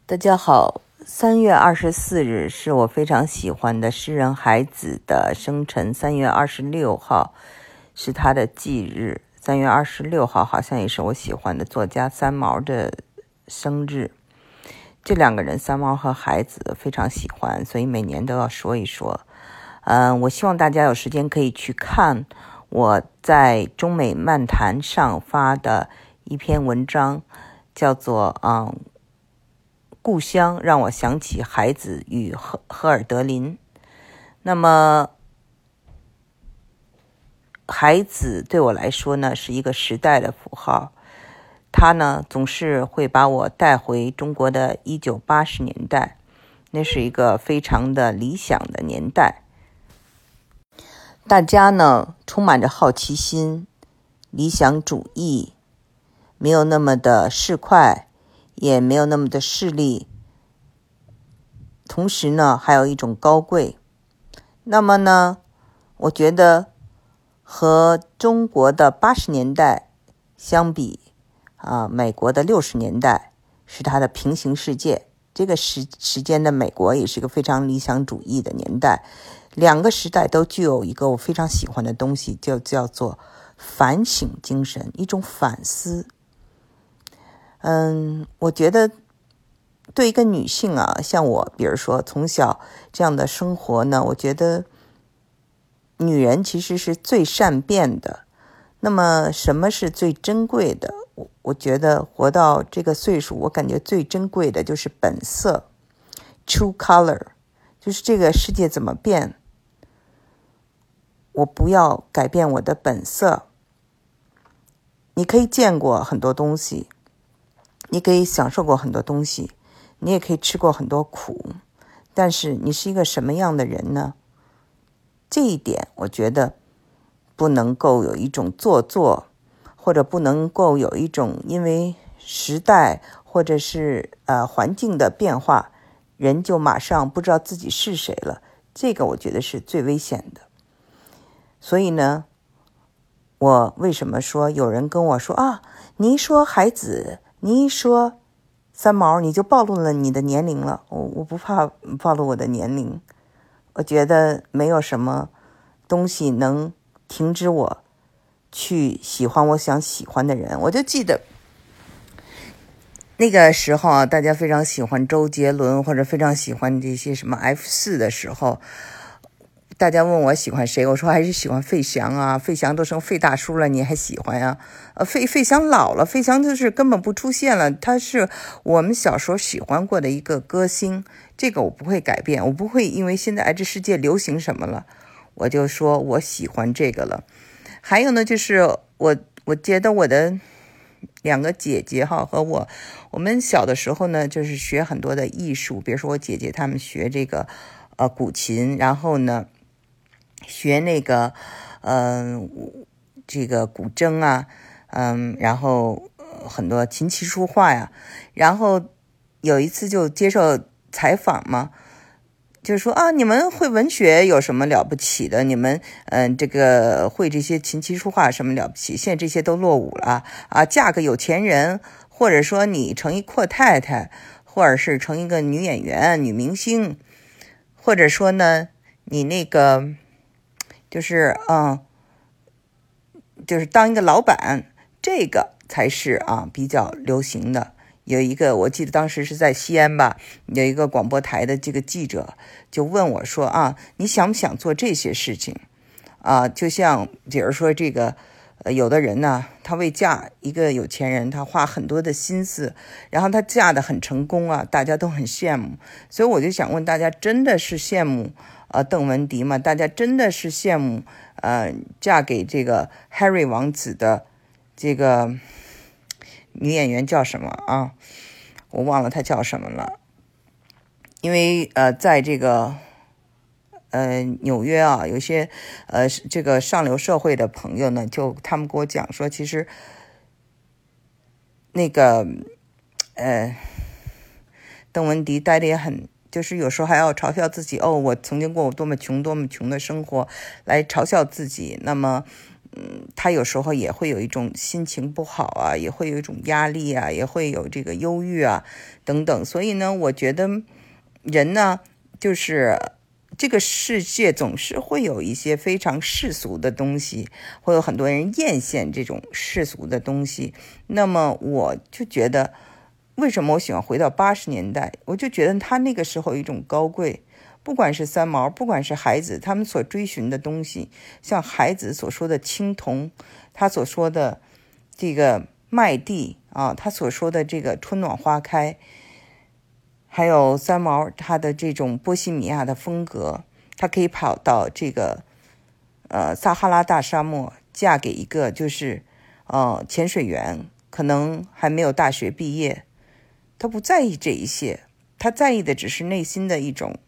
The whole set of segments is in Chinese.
大家好，3月24日是我非常喜欢的诗人海子的生辰，3月26号是他的忌日，3月26号好像也是我喜欢的作家三毛的生日。这两个人，三毛和海子非常喜欢，所以每年都要说一说。我希望大家有时间可以去看我在中美漫谈上发的一篇文章，叫做故乡让我想起海子与赫尔德林。那么海子对我来说呢，是一个时代的符号，他呢总是会把我带回中国的1980年代，那是一个非常的理想的年代。大家呢充满着好奇心，理想主义，没有那么的市侩，也没有那么的势利，同时呢还有一种高贵。那么呢，我觉得和中国的80年代相比，美国的60年代是它的平行世界。这个时间的美国也是一个非常理想主义的年代。两个时代都具有一个我非常喜欢的东西，就叫做反省精神，一种反思。我觉得对一个女性像我比如说从小这样的生活呢，我觉得女人其实是最善变的。那么什么是最珍贵的？我觉得活到这个岁数，我感觉最珍贵的就是本色 true color， 就是这个世界怎么变，我不要改变我的本色。你可以见过很多东西，你可以享受过很多东西，你也可以吃过很多苦，但是你是一个什么样的人呢？这一点我觉得不能够有一种做作，或者不能够有一种因为时代或者是环境的变化，人就马上不知道自己是谁了。这个我觉得是最危险的。所以呢，我为什么说有人跟我说你一说海子，你一说三毛，你就暴露了你的年龄了。我不怕暴露我的年龄，我觉得没有什么东西能停止我去喜欢我想喜欢的人。我就记得那个时候大家非常喜欢周杰伦，或者非常喜欢这些什么 F4 的时候，大家问我喜欢谁，我说还是喜欢费翔费翔都成费大叔了，你还喜欢呀？费翔老了，费翔就是根本不出现了，他是我们小时候喜欢过的一个歌星，这个我不会改变，我不会因为现在这世界流行什么了，我就说我喜欢这个了。还有呢，就是我觉得我的两个姐姐和我们小的时候呢，就是学很多的艺术，比如说我姐姐她们学这个古琴，然后呢学那个这个古筝然后很多琴棋书画呀。然后有一次就接受采访嘛，就是说你们会文学有什么了不起的？你们这个会这些琴棋书画什么了不起？现在这些都落伍了嫁个有钱人，或者说你成一阔太太，或者是成一个女演员、女明星，或者说呢你那个就是当一个老板，这个才是比较流行的。有一个我记得当时是在西安吧，有一个广播台的这个记者就问我说你想不想做这些事情就像比如说这个有的人呢，他为嫁一个有钱人，他花很多的心思，然后他嫁得很成功大家都很羡慕。所以我就想问大家，真的是羡慕邓文迪吗？大家真的是羡慕嫁给这个 Harry 王子的这个女演员叫什么我忘了她叫什么了。因为在这个纽约有些这个上流社会的朋友呢，就他们跟我讲说，其实那个邓文迪待的也很，就是有时候还要嘲笑自己我曾经过多么穷多么穷的生活，来嘲笑自己。那么他有时候也会有一种心情不好啊，也会有一种压力啊，也会有这个忧郁啊等等。所以呢，我觉得人呢，就是这个世界总是会有一些非常世俗的东西，会有很多人艳羡这种世俗的东西。那么我就觉得，为什么我喜欢回到80年代？我就觉得他那个时候有一种高贵。不管是三毛，不管是孩子，他们所追寻的东西，像孩子所说的青铜，他所说的这个麦地啊，他所说的这个春暖花开，还有三毛他的这种波西米亚的风格，他可以跑到这个撒哈拉大沙漠，嫁给一个就是潜水员，可能还没有大学毕业，他不在意这一些，他在意的只是内心的一种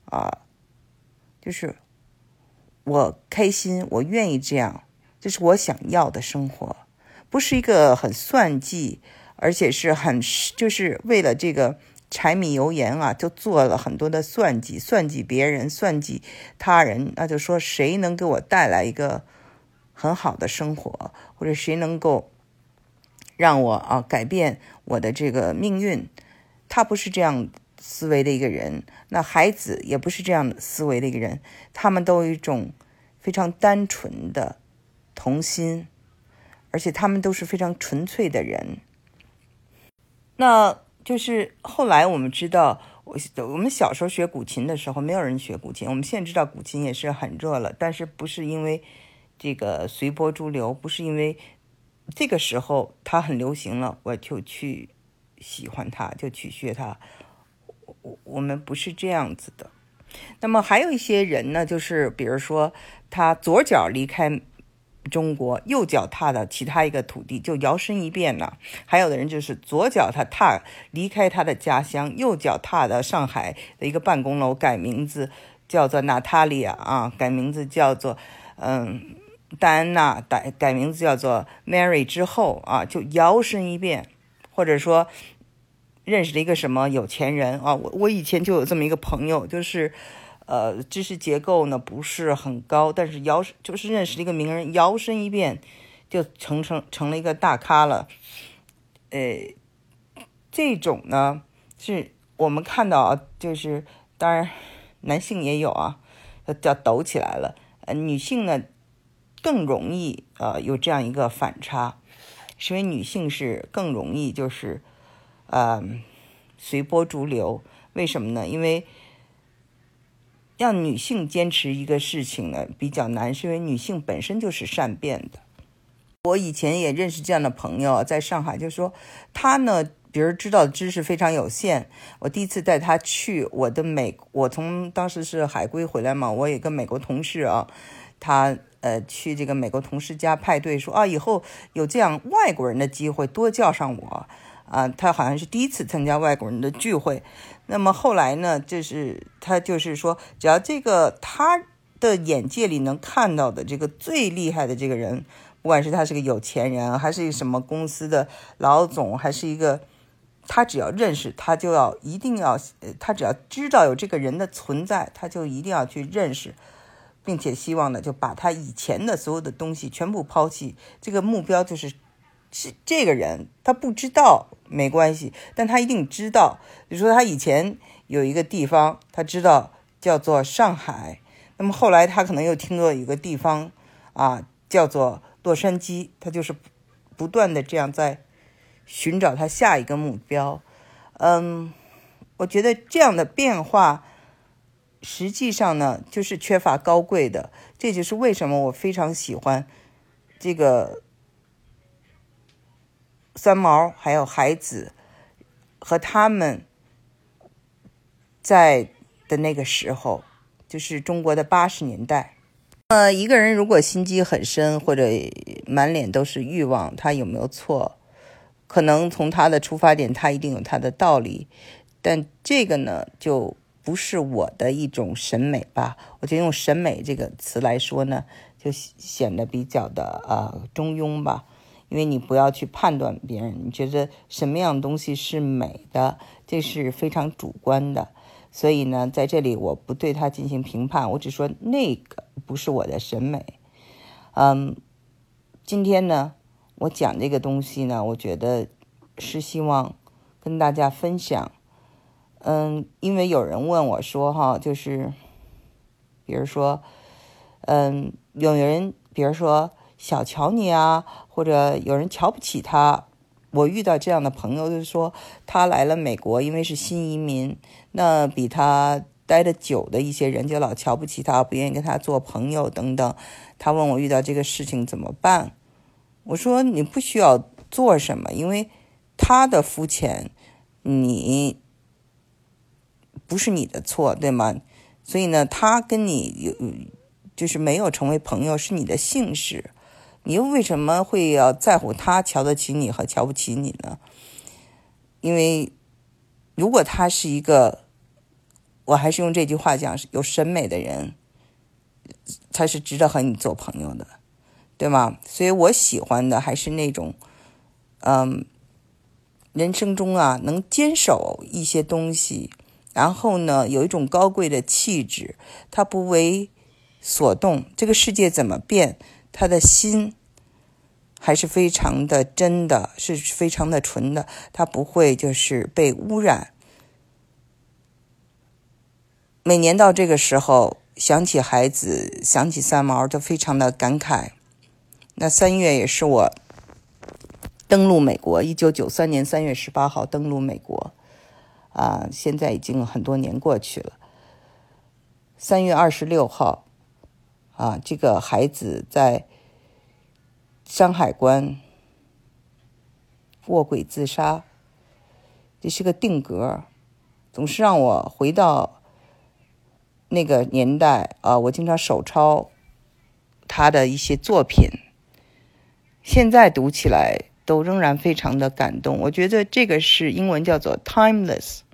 就是我开心，我愿意这样，这是我想要的生活，不是一个很算计，而且是就是为了这个柴米油盐啊，就做了很多的算计，算计别人，算计他人，那就说谁能给我带来一个很好的生活，或者谁能够让我改变我的这个命运，他不是这样思维的一个人，那孩子也不是这样的思维的一个人，他们都有一种非常单纯的童心，而且他们都是非常纯粹的人。那就是后来我们知道，我们小时候学古琴的时候，没有人学古琴，我们现在知道古琴也是很热了，但是不是因为这个随波逐流，不是因为这个时候它很流行了，我就去喜欢它，就去学它。我们不是这样子的。那么还有一些人呢，就是比如说他左脚离开中国，右脚踏的其他一个土地，就摇身一变了。还有的人就是左脚他离开他的家乡，右脚踏到上海的一个办公楼，改名字叫做娜塔莉亚啊，改名字叫做戴安娜，改名字叫做 Mary 之后啊，就摇身一变，或者说认识了一个什么有钱人啊，我以前就有这么一个朋友，就是知识结构呢不是很高，但是就是认识了一个名人，摇身一变就成了一个大咖了。这种呢是我们看到就是当然男性也有叫抖起来了。女性呢更容易有这样一个反差，是因为女性是更容易就是随波逐流。为什么呢？因为让女性坚持一个事情呢比较难，是因为女性本身就是善变的。我以前也认识这样的朋友，在上海，就说他呢比如知道的知识非常有限。我第一次带他去我从当时是海归回来嘛，我有一个美国同事他去这个美国同事家派对，说以后有这样外国人的机会多叫上我他好像是第一次参加外国人的聚会。那么后来呢，他就是说，只要这个他的眼界里能看到的这个最厉害的这个人，不管是他是个有钱人，还是一个什么公司的老总，还是一个，他只要认识，他就一定要他只要知道有这个人的存在，他就一定要去认识，并且希望呢就把他以前的所有的东西全部抛弃。这个目标就是这个人他不知道没关系，但他一定知道。比如说他以前有一个地方他知道叫做上海，那么后来他可能又听过有个地方叫做洛杉矶，他就是不断的这样在寻找他下一个目标。我觉得这样的变化实际上呢就是缺乏高贵的。这就是为什么我非常喜欢这个三毛还有孩子和他们在的那个时候，就是中国的80年代。一个人如果心机很深，或者满脸都是欲望，他有没有错？可能从他的出发点他一定有他的道理，但这个呢就不是我的一种审美吧。我就用审美这个词来说呢，就显得比较的中庸吧。因为你不要去判断别人，你觉得什么样的东西是美的，这是非常主观的。所以呢，在这里我不对他进行评判，我只说那个不是我的审美。 今天呢，我讲这个东西呢，我觉得是希望跟大家分享。因为有人问我说就是比如说有人比如说小瞧你啊，或者有人瞧不起他。我遇到这样的朋友，就是说他来了美国，因为是新移民，那比他待得久的一些人就老瞧不起他，不愿意跟他做朋友等等。他问我遇到这个事情怎么办，我说你不需要做什么，因为他的肤浅你不是你的错，对吗？所以呢，他跟你就是没有成为朋友是你的幸事，你又为什么会要在乎他瞧得起你和瞧不起你呢？因为如果他是一个，我还是用这句话讲，有审美的人，他是值得和你做朋友的，对吗？所以我喜欢的还是那种人生中能坚守一些东西，然后呢有一种高贵的气质，他不为所动，这个世界怎么变，他的心还是非常的真的，是非常的纯的，他不会就是被污染。每年到这个时候，想起孩子，想起三毛，就非常的感慨。那3月也是我登陆美国，1993年3月18号登陆美国现在已经很多年过去了。3月26号这个孩子在山海关卧轨自杀，这是个定格，总是让我回到那个年代我经常手抄他的一些作品，现在读起来都仍然非常的感动。我觉得这个是英文叫做 timeless，